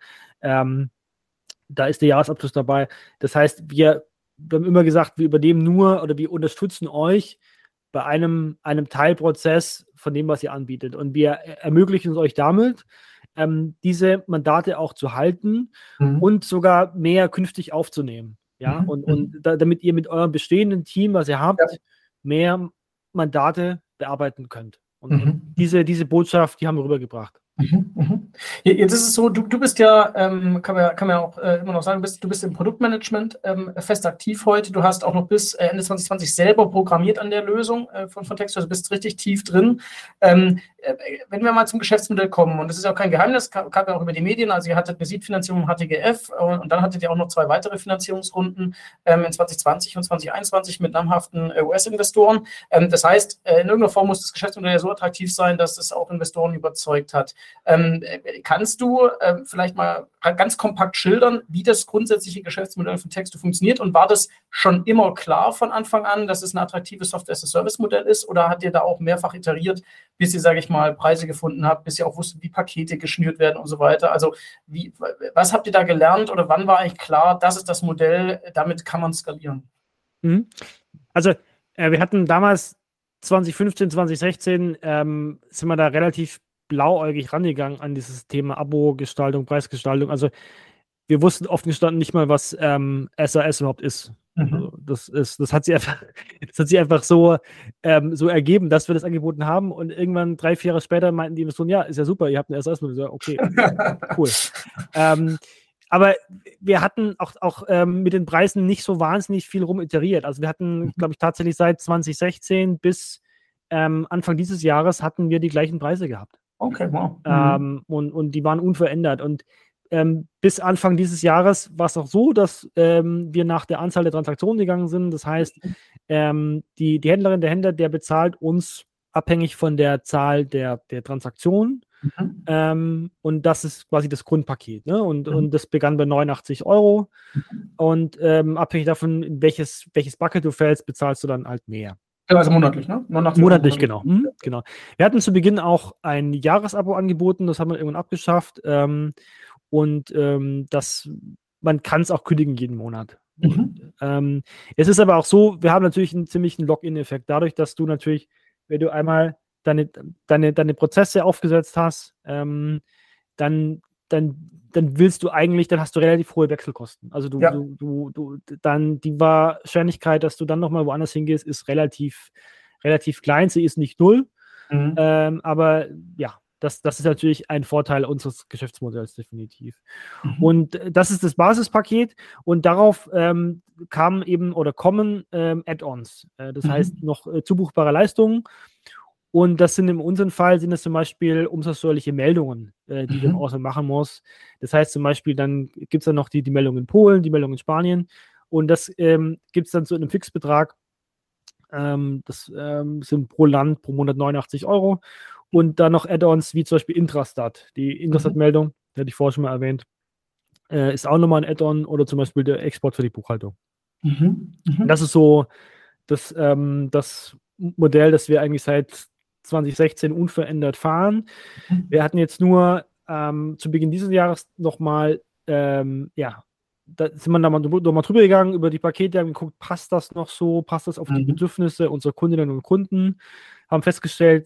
da ist der Jahresabschluss dabei. Das heißt, wir haben immer gesagt, wir übernehmen nur oder wir unterstützen euch bei einem Teilprozess von dem, was ihr anbietet. Und wir ermöglichen es euch damit, diese Mandate auch zu halten und sogar mehr künftig aufzunehmen. Ja, und damit ihr mit eurem bestehenden Team, was ihr habt, mehr Mandate bearbeiten könnt. Und diese Botschaft, die haben wir rübergebracht. Jetzt ist es so, du bist ja, kann man ja auch immer noch sagen, du bist im Produktmanagement fest aktiv heute. Du hast auch noch bis Ende 2020 selber programmiert an der Lösung von Texto, also bist richtig tief drin. Wenn wir mal zum Geschäftsmodell kommen, und das ist ja auch kein Geheimnis, kam ja auch über die Medien, also ihr hattet eine Seed-Finanzierung im HTGF und dann hattet ihr auch noch 2 weitere Finanzierungsrunden in 2020 und 2021 mit namhaften US-Investoren. Das heißt, in irgendeiner Form muss das Geschäftsmodell ja so attraktiv sein, dass es auch Investoren überzeugt hat. Kannst du vielleicht mal ganz kompakt schildern, wie das grundsätzliche Geschäftsmodell von Texto funktioniert? Und war das schon immer klar von Anfang an, dass es ein attraktives Software-as-a-Service-Modell ist? Oder habt ihr da auch mehrfach iteriert, bis ihr, sage ich mal, Preise gefunden habt, bis ihr auch wusstet, wie Pakete geschnürt werden und so weiter? Also was habt ihr da gelernt oder wann war eigentlich klar, das ist das Modell, damit kann man skalieren? Also wir hatten damals 2015, 2016 sind wir da relativ blauäugig rangegangen an dieses Thema Abo-Gestaltung, Preisgestaltung. Also wir wussten offen gestanden nicht mal, was SAS überhaupt ist. Also das hat sich einfach so ergeben, dass wir das angeboten haben und irgendwann 3-4 Jahre später meinten die so, ja, ist ja super, ihr habt eine SAS. Okay, cool. Aber wir hatten auch mit den Preisen nicht so wahnsinnig viel rumiteriert. Also wir hatten, glaube ich, tatsächlich seit 2016 bis Anfang dieses Jahres hatten wir die gleichen Preise gehabt. Okay, wow. Und die waren unverändert. Und bis Anfang dieses Jahres war es auch so, dass wir nach der Anzahl der Transaktionen gegangen sind. Das heißt, die Händlerin, der Händler, der bezahlt uns abhängig von der Zahl der Transaktionen. Und das ist quasi das Grundpaket. Ne? Und das begann bei 89 €. Und abhängig davon, in welches Bucket du fällst, bezahlst du dann halt mehr. Also monatlich, ne? Monatlich, genau. Genau. Wir hatten zu Beginn auch ein Jahresabo angeboten, das haben wir irgendwann abgeschafft. Man kann es auch kündigen jeden Monat. Es ist aber auch so, wir haben natürlich einen ziemlichen Login-Effekt. Dadurch, dass du natürlich, wenn du einmal deine Prozesse aufgesetzt hast, dann willst du eigentlich, dann hast du relativ hohe Wechselkosten. Also dann die Wahrscheinlichkeit, dass du dann nochmal woanders hingehst, ist relativ klein. Sie ist nicht 0. Aber ja, das ist natürlich ein Vorteil unseres Geschäftsmodells definitiv. Und das ist das Basispaket und darauf kommen Add-ons. Das heißt noch zubuchbare Leistungen. Und das sind in unserem Fall zum Beispiel umsatzsteuerliche Meldungen, die der Ausland machen muss. Das heißt zum Beispiel, dann gibt es dann noch die Meldung in Polen, die Meldung in Spanien. Und das gibt es dann zu einem Fixbetrag. Das sind pro Land pro Monat 89 €. Und dann noch Add-ons wie zum Beispiel Intrastat. Die Intrastat-Meldung, die hatte ich vorher schon mal erwähnt, ist auch nochmal ein Add-on oder zum Beispiel der Export für die Buchhaltung. Das ist so das Modell, das wir eigentlich seit 2016 unverändert fahren. Wir hatten jetzt nur zu Beginn dieses Jahres nochmal, da sind wir da mal drüber gegangen, über die Pakete, haben geguckt, passt das noch so, passt das auf die Bedürfnisse unserer Kundinnen und Kunden, haben festgestellt,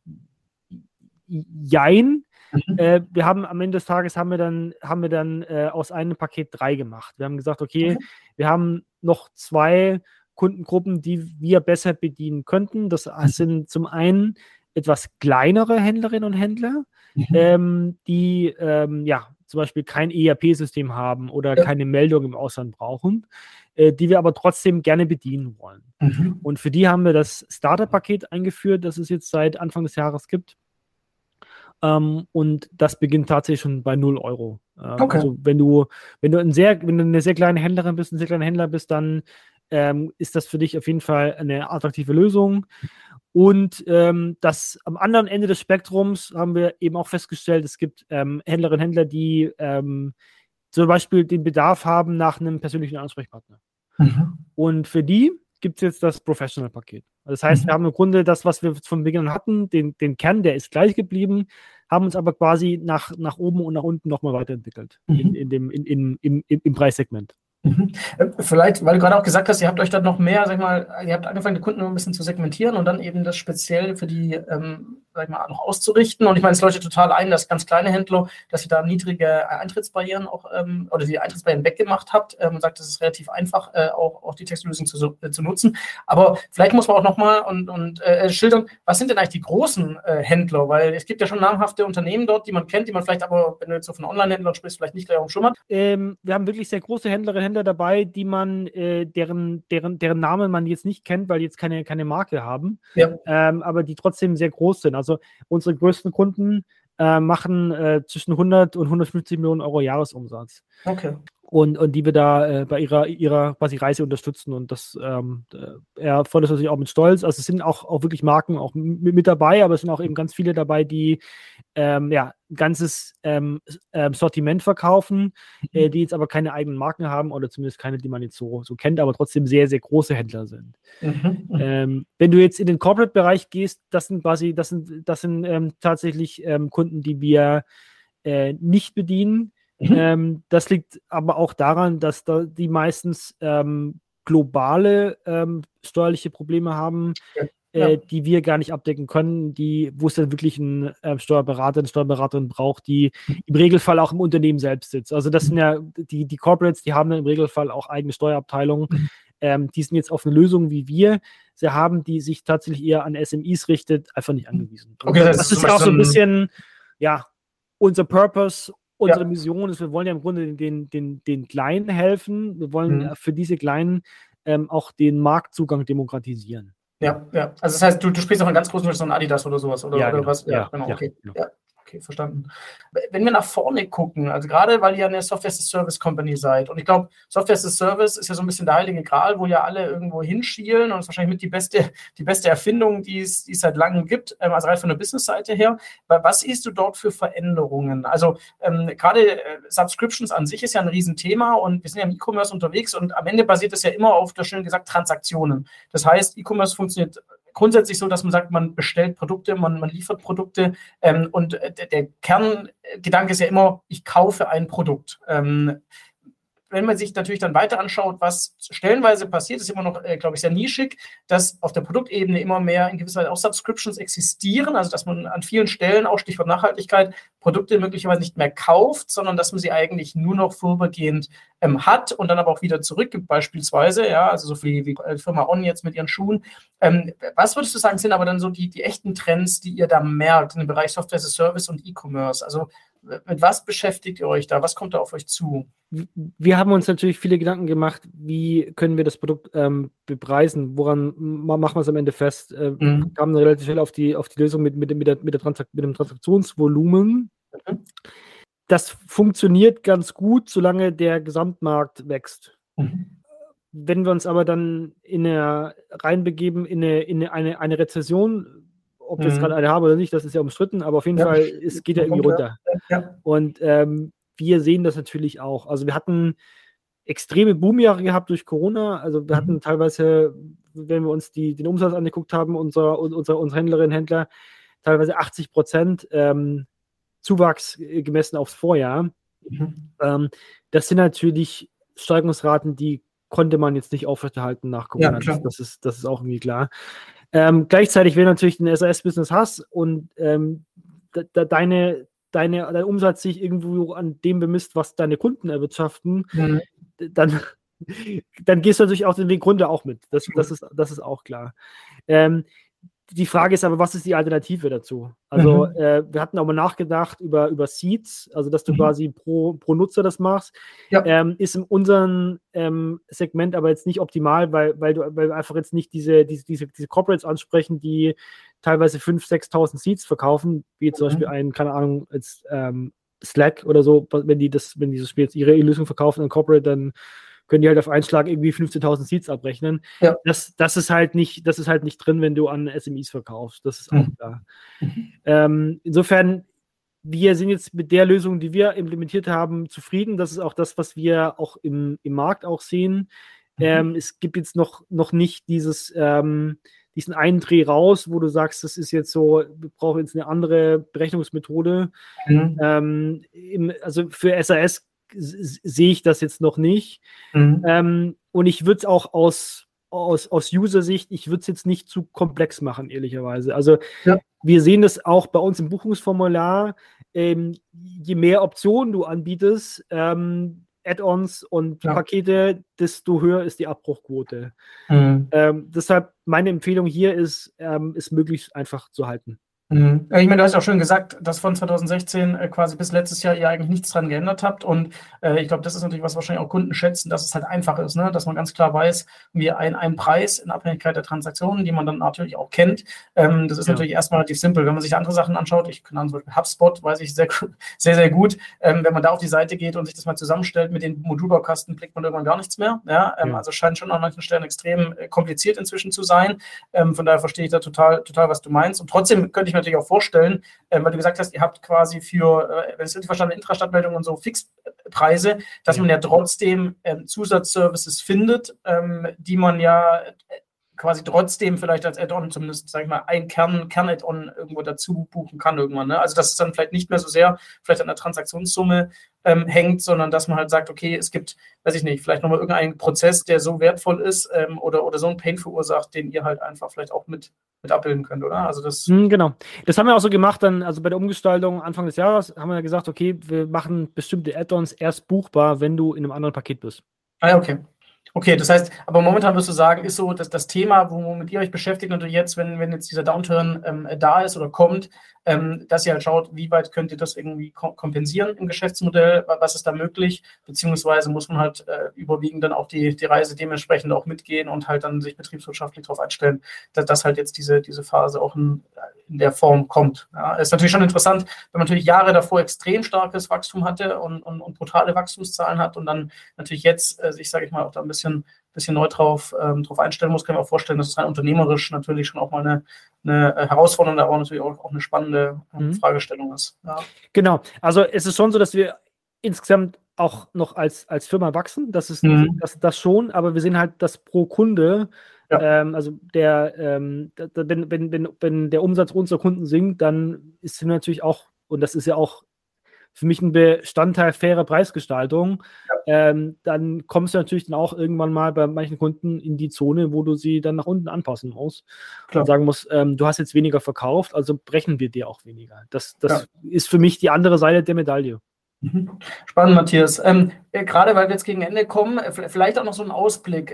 jein. Wir haben am Ende des Tages haben wir dann aus einem Paket 3 gemacht. Wir haben gesagt, okay, wir haben noch 2 Kundengruppen, die wir besser bedienen könnten. Das sind zum einen etwas kleinere Händlerinnen und Händler, die zum Beispiel kein ERP-System haben oder keine Meldung im Ausland brauchen, die wir aber trotzdem gerne bedienen wollen. Und für die haben wir das Starter-Paket eingeführt, das es jetzt seit Anfang des Jahres gibt. Und das beginnt tatsächlich schon bei 0 Euro. Okay. Also wenn du eine sehr kleine Händlerin bist, ein sehr kleiner Händler bist, dann ist das für dich auf jeden Fall eine attraktive Lösung. Und das am anderen Ende des Spektrums haben wir eben auch festgestellt, es gibt Händlerinnen und Händler, die zum Beispiel den Bedarf haben nach einem persönlichen Ansprechpartner. Und für die gibt es jetzt das Professional-Paket. Das heißt, wir haben im Grunde das, was wir von Beginn an hatten, den Kern, der ist gleich geblieben, haben uns aber quasi nach oben und nach unten nochmal weiterentwickelt im Preissegment. Vielleicht, weil du gerade auch gesagt hast, ihr habt euch dann noch mehr, sag ich mal, ihr habt angefangen, die Kunden ein bisschen zu segmentieren und dann eben das speziell für die, sag ich mal, noch auszurichten. Und ich meine, es leuchtet total ein, dass ganz kleine Händler, dass ihr da niedrige Eintrittsbarrieren auch, oder die Eintrittsbarrieren weggemacht habt und sagt, es ist relativ einfach, auch die Textlösung zu nutzen. Aber vielleicht muss man auch nochmal und schildern, was sind denn eigentlich die großen Händler? Weil es gibt ja schon namhafte Unternehmen dort, die man kennt, die man vielleicht aber, wenn du jetzt so von Online-Händlern sprichst, vielleicht nicht gleich auf dem Schirm hat. Wir haben wirklich sehr große Händler dabei, die man, deren Namen man jetzt nicht kennt, weil die jetzt keine Marke haben, aber die trotzdem sehr groß sind. Also unsere größten Kunden machen zwischen 100 und 150 Millionen Euro Jahresumsatz. Okay. Und die wir da bei ihrer quasi Reise unterstützen. Und das erfolgt das natürlich auch mit Stolz. Also es sind auch wirklich Marken auch mit dabei, aber es sind auch eben ganz viele dabei, die ein ganzes Sortiment verkaufen, die jetzt aber keine eigenen Marken haben oder zumindest keine, die man jetzt so kennt, aber trotzdem sehr, sehr große Händler sind. Wenn du jetzt in den Corporate-Bereich gehst, das sind tatsächlich Kunden, die wir nicht bedienen. Das liegt aber auch daran, dass da die meistens globale steuerliche Probleme haben, die wir gar nicht abdecken können, wo es dann wirklich einen Steuerberater, eine Steuerberaterin braucht, die im Regelfall auch im Unternehmen selbst sitzt. Also das sind ja die Corporates, die haben dann im Regelfall auch eigene Steuerabteilungen. Die sind jetzt auf eine Lösung wie wir. Sie haben, die sich tatsächlich eher an SMIs richtet, einfach nicht angewiesen. Okay, das ist ja auch so ein bisschen, unser Purpose. Unsere Mission ist, wir wollen ja im Grunde den Kleinen helfen. Wir wollen für diese Kleinen auch den Marktzugang demokratisieren. Ja. Also das heißt, du sprichst auch in ganz großen, so ein Adidas oder sowas, oder genau. was? Ja, genau, okay. Ja. Okay, verstanden. Wenn wir nach vorne gucken, also gerade weil ihr eine Software-as-a-Service-Company seid, und ich glaube, Software-as-a-Service ist ja so ein bisschen der heilige Gral, wo ja alle irgendwo hinschielen und es ist wahrscheinlich mit die beste Erfindung, die es seit langem gibt, also rein von der Business-Seite her. Was siehst du dort für Veränderungen? Also gerade Subscriptions an sich ist ja ein Riesenthema und wir sind ja im E-Commerce unterwegs und am Ende basiert es ja immer auf, der schön gesagt, Transaktionen. Das heißt, E-Commerce funktioniert grundsätzlich so, dass man sagt, man bestellt Produkte, man liefert Produkte und der Kerngedanke ist ja immer, ich kaufe ein Produkt. Wenn man sich natürlich dann weiter anschaut, was stellenweise passiert, ist immer noch, glaube ich, sehr nischig, dass auf der Produktebene immer mehr in gewisser Weise auch Subscriptions existieren, also dass man an vielen Stellen, auch Stichwort Nachhaltigkeit, Produkte möglicherweise nicht mehr kauft, sondern dass man sie eigentlich nur noch vorübergehend hat und dann aber auch wieder zurückgibt beispielsweise, also so wie die Firma On jetzt mit ihren Schuhen. Was würdest du sagen, sind aber dann so die echten Trends, die ihr da merkt in dem Bereich Software as a Service und E-Commerce? Also mit was beschäftigt ihr euch da? Was kommt da auf euch zu? Wir haben uns natürlich viele Gedanken gemacht, wie können wir das Produkt bepreisen? Woran machen wir es am Ende fest? Wir kamen relativ schnell auf die Lösung mit dem Transaktionsvolumen. Das funktioniert ganz gut, solange der Gesamtmarkt wächst. Wenn wir uns aber dann reinbegeben in eine Rezession, ob wir jetzt gerade eine haben oder nicht, das ist ja umstritten, aber auf jeden Fall, es geht ja irgendwie runter. Und wir sehen das natürlich auch. Also wir hatten extreme Boomjahre gehabt durch Corona. Also wir hatten teilweise, wenn wir uns den Umsatz angeguckt haben, unsere Händlerinnen und Händler, teilweise 80% Zuwachs gemessen aufs Vorjahr. Das sind natürlich Steigerungsraten, die konnte man jetzt nicht aufrechterhalten nach Corona. Ja, das ist auch irgendwie klar. Gleichzeitig, wenn du natürlich ein SAS-Business hast und dein Umsatz sich irgendwo an dem bemisst, was deine Kunden erwirtschaften, dann gehst du natürlich auch den Weg runter auch mit. Das ist auch klar. die Frage ist aber, was ist die Alternative dazu? Also wir hatten auch mal nachgedacht über Seeds, also dass du quasi pro Nutzer das machst. Ja. Ist in unserem Segment aber jetzt nicht optimal, weil wir einfach jetzt nicht diese Corporates ansprechen, die teilweise 5.000, 6.000 Seeds verkaufen, wie zum Beispiel keine Ahnung, jetzt Slack oder so, wenn die das Spiel jetzt ihre Lösung verkaufen an Corporate, dann können die halt auf einen Schlag irgendwie 15.000 Seeds abrechnen. Ja. Das ist halt nicht drin, wenn du an SMEs verkaufst. Das ist auch klar. Insofern, wir sind jetzt mit der Lösung, die wir implementiert haben, zufrieden. Das ist auch das, was wir auch im Markt auch sehen. Es gibt jetzt noch nicht diesen einen Dreh raus, wo du sagst, das ist jetzt so, wir brauchen jetzt eine andere Berechnungsmethode. Also für SAS sehe ich das jetzt noch nicht. Und ich würde es auch aus User-Sicht, ich würde es jetzt nicht zu komplex machen, ehrlicherweise. Also wir sehen das auch bei uns im Buchungsformular. Je mehr Optionen du anbietest, Add-ons und Pakete, desto höher ist die Abbruchquote. Deshalb meine Empfehlung hier ist, es möglichst einfach zu halten. Ich meine, du hast ja auch schön gesagt, dass von 2016 quasi bis letztes Jahr ihr eigentlich nichts dran geändert habt und ich glaube, das ist natürlich, was wahrscheinlich auch Kunden schätzen, dass es halt einfach ist, ne? Dass man ganz klar weiß, wie ein Preis in Abhängigkeit der Transaktionen, die man dann natürlich auch kennt. Das ist natürlich erstmal relativ simpel. Wenn man sich andere Sachen anschaut, ich kann zum Beispiel HubSpot, weiß ich sehr, sehr gut. Wenn man da auf die Seite geht und sich das mal zusammenstellt mit den Modulbaukasten, blickt man irgendwann gar nichts mehr. Ja? Also scheint schon an manchen Stellen extrem kompliziert inzwischen zu sein. Von daher verstehe ich da total, was du meinst. Und trotzdem könnte ich natürlich auch vorstellen, weil du gesagt hast, ihr habt quasi für, wenn ich es richtig verstanden habe, Intrastadt-Meldungen und so Fixpreise, dass man ja trotzdem Zusatzservices findet, die man ja quasi trotzdem vielleicht als Add-on zumindest, sage ich mal, ein Kern-Add-on irgendwo dazu buchen kann irgendwann. Ne? Also dass es dann vielleicht nicht mehr so sehr vielleicht an der Transaktionssumme hängt, sondern dass man halt sagt, okay, es gibt, weiß ich nicht, vielleicht nochmal irgendeinen Prozess, der so wertvoll ist oder so einen Pain verursacht, den ihr halt einfach vielleicht auch mit abbilden könnt, oder? Also das genau. Das haben wir auch so gemacht, dann, also bei der Umgestaltung Anfang des Jahres haben wir gesagt, okay, wir machen bestimmte Add-ons erst buchbar, wenn du in einem anderen Paket bist. Ah ja, okay. Okay, das heißt, aber momentan wirst du sagen, ist so, dass das Thema, womit ihr euch beschäftigt, natürlich jetzt, wenn jetzt dieser Downturn da ist oder kommt, dass ihr halt schaut, wie weit könnt ihr das irgendwie kompensieren im Geschäftsmodell, was ist da möglich, beziehungsweise muss man halt überwiegend dann auch die Reise dementsprechend auch mitgehen und halt dann sich betriebswirtschaftlich darauf einstellen, dass halt jetzt diese Phase auch in der Form kommt. Ja, ist natürlich schon interessant, wenn man natürlich Jahre davor extrem starkes Wachstum hatte und brutale Wachstumszahlen hat und dann natürlich jetzt sich, sage ich mal, auch da ein bisschen neu drauf einstellen muss, kann ich mir auch vorstellen, dass es rein unternehmerisch natürlich schon auch mal eine herausfordernde, aber natürlich auch eine spannende Fragestellung ist. Ja. Genau, also es ist schon so, dass wir insgesamt auch noch als Firma wachsen, das ist das schon, aber wir sehen halt, dass pro Kunde, also wenn der Umsatz unserer Kunden sinkt, dann ist natürlich auch, und das ist ja auch für mich ein Bestandteil fairer Preisgestaltung, dann kommst du natürlich dann auch irgendwann mal bei manchen Kunden in die Zone, wo du sie dann nach unten anpassen musst. Klar. Und sagen musst, du hast jetzt weniger verkauft, also brechen wir dir auch weniger. Das ist für mich die andere Seite der Medaille. Spannend, Matthias. Gerade weil wir jetzt gegen Ende kommen, vielleicht auch noch so ein Ausblick.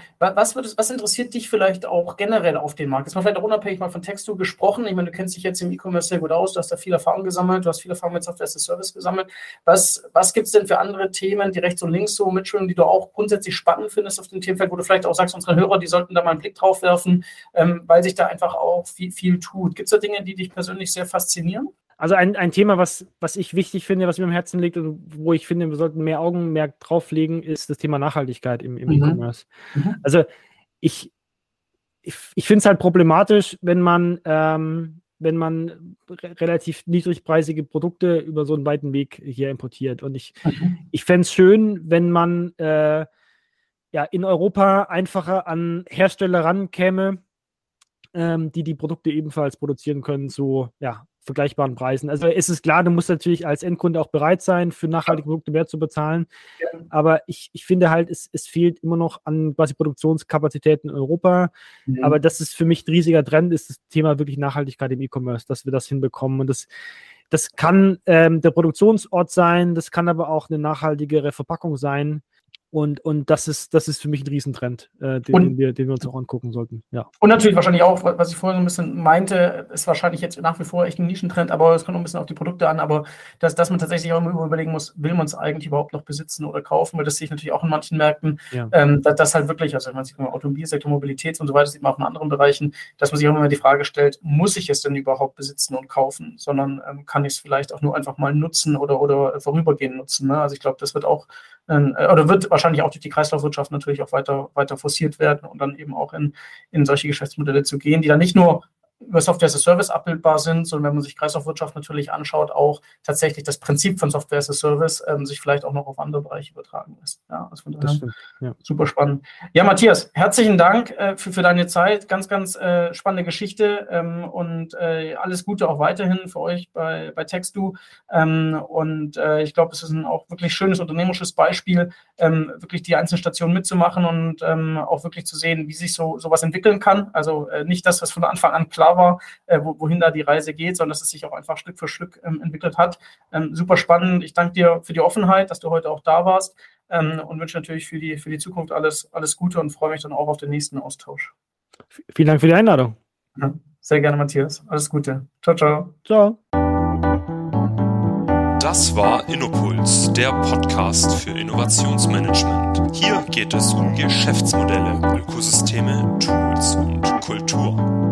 Was interessiert dich vielleicht auch generell auf dem Markt? Jetzt mal vielleicht auch unabhängig mal von Texto gesprochen. Ich meine, du kennst dich jetzt im E-Commerce sehr gut aus, du hast da viel Erfahrung gesammelt, du hast viel Erfahrung mit Software as a Service gesammelt. Was gibt es denn für andere Themen, die rechts und links so mitschwimmen, die du auch grundsätzlich spannend findest auf dem Themenfeld, wo du vielleicht auch sagst, unsere Hörer, die sollten da mal einen Blick drauf werfen, weil sich da einfach auch viel tut. Gibt es da Dinge, die dich persönlich sehr faszinieren? Also ein Thema, was ich wichtig finde, was mir am Herzen liegt und wo ich finde, wir sollten mehr Augenmerk drauflegen, ist das Thema Nachhaltigkeit im E-Commerce. Also ich finde es halt problematisch, wenn man relativ niedrigpreisige Produkte über so einen weiten Weg hier importiert. Und ich fände es schön, wenn man in Europa einfacher an Hersteller rankäme, die Produkte ebenfalls produzieren können zu vergleichbaren Preisen. Also es ist klar, du musst natürlich als Endkunde auch bereit sein, für nachhaltige Produkte mehr zu bezahlen. Ja. Aber ich finde halt, es fehlt immer noch an quasi Produktionskapazitäten in Europa. Aber das ist für mich ein riesiger Trend, ist das Thema wirklich Nachhaltigkeit im E-Commerce, dass wir das hinbekommen. Und das kann der Produktionsort sein, das kann aber auch eine nachhaltigere Verpackung sein. Und das ist für mich ein Riesentrend, den wir uns auch angucken sollten. Ja. Und natürlich wahrscheinlich auch, was ich vorhin so ein bisschen meinte, ist wahrscheinlich jetzt nach wie vor echt ein Nischentrend, aber es kommt auch ein bisschen auf die Produkte an, aber dass man tatsächlich auch immer überlegen muss, will man es eigentlich überhaupt noch besitzen oder kaufen, weil das sehe ich natürlich auch in manchen Märkten, dass halt wirklich, also wenn man sich im Automobilsektor, Mobilität und so weiter, sieht man auch in anderen Bereichen, dass man sich auch immer die Frage stellt, muss ich es denn überhaupt besitzen und kaufen, sondern kann ich es vielleicht auch nur einfach mal nutzen oder vorübergehend nutzen. Ne? Also ich glaube, das wird auch oder wird wahrscheinlich auch durch die Kreislaufwirtschaft natürlich auch weiter forciert werden und dann eben auch in solche Geschäftsmodelle zu gehen, die dann nicht nur über Software as a Service abbildbar sind, sondern wenn man sich Kreislaufwirtschaft natürlich anschaut, auch tatsächlich das Prinzip von Software as a Service sich vielleicht auch noch auf andere Bereiche übertragen lässt. Ja, also von daher super spannend. Ja, Matthias, herzlichen Dank für deine Zeit. Ganz, ganz spannende Geschichte und alles Gute auch weiterhin für euch bei Textu. Ich glaube, es ist ein auch wirklich schönes unternehmerisches Beispiel, wirklich die einzelnen Stationen mitzumachen und auch wirklich zu sehen, wie sich sowas entwickeln kann. Also nicht das, was von Anfang an klar war, wohin da die Reise geht, sondern dass es sich auch einfach Stück für Stück entwickelt hat. Super spannend. Ich danke dir für die Offenheit, dass du heute auch da warst und wünsche natürlich für die Zukunft alles Gute und freue mich dann auch auf den nächsten Austausch. Vielen Dank für die Einladung. Ja, sehr gerne, Matthias. Alles Gute. Ciao, ciao. Ciao. Das war InnoPuls, der Podcast für Innovationsmanagement. Hier geht es um Geschäftsmodelle, Ökosysteme, Tools und Kultur.